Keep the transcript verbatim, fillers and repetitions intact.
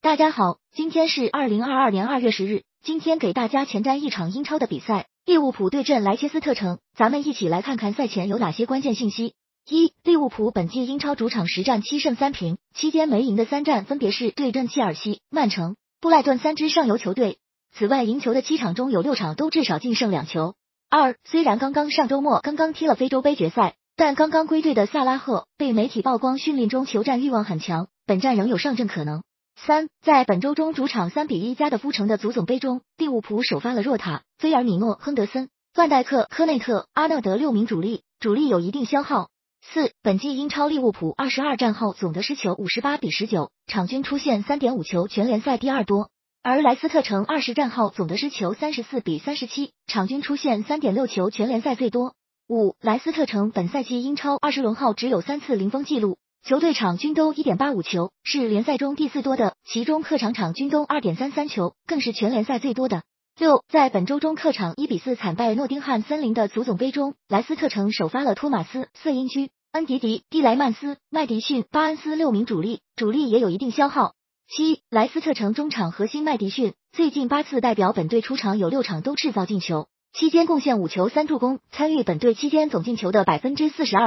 大家好，今天是二零二二年二月十日，今天给大家前瞻一场英超的比赛，利物浦对阵莱切斯特城，咱们一起来看看赛前有哪些关键信息。一、利物浦本季英超主场十战七胜三平，期间没赢的三战分别是对阵切尔西、曼城、布莱顿三支上游球队，此外赢球的七场中有六场都至少净胜两球。二、虽然刚刚上周末刚刚踢了非洲杯决赛，但刚刚归队的萨拉赫被媒体曝光训练中求战欲望很强，本战仍有上阵可能。三、在本周中主场三比一加的夫城的足总杯中，利物浦首发了若塔、菲尔米诺、亨德森、范戴克、科内特、阿纳德六名主力，主力有一定消耗。四、本季英超利物浦二十二战后总的失球五十八比十九，场均出现 三点五 球，全联赛第二多。而莱斯特城二十战后总的失球三十四比三十七，场均出现 三点六 球，全联赛最多。五、莱斯特城本赛季英超二十轮后只有三次零封记录，球队场均都 一点八五 球，是联赛中第四多的，其中客场场均都 二点三三 球，更是全联赛最多的。六、在本周中客场一比四惨败诺丁汉森林的足总杯中，莱斯特城首发了托马斯、瑟因居、恩迪迪、蒂莱曼斯、麦迪逊、巴恩斯六名主力，主力也有一定消耗。七、莱斯特城中场核心麦迪逊最近八次代表本队出场有六场都制造进球，期间贡献五球三助攻，参与本队期间总进球的 百分之四十二。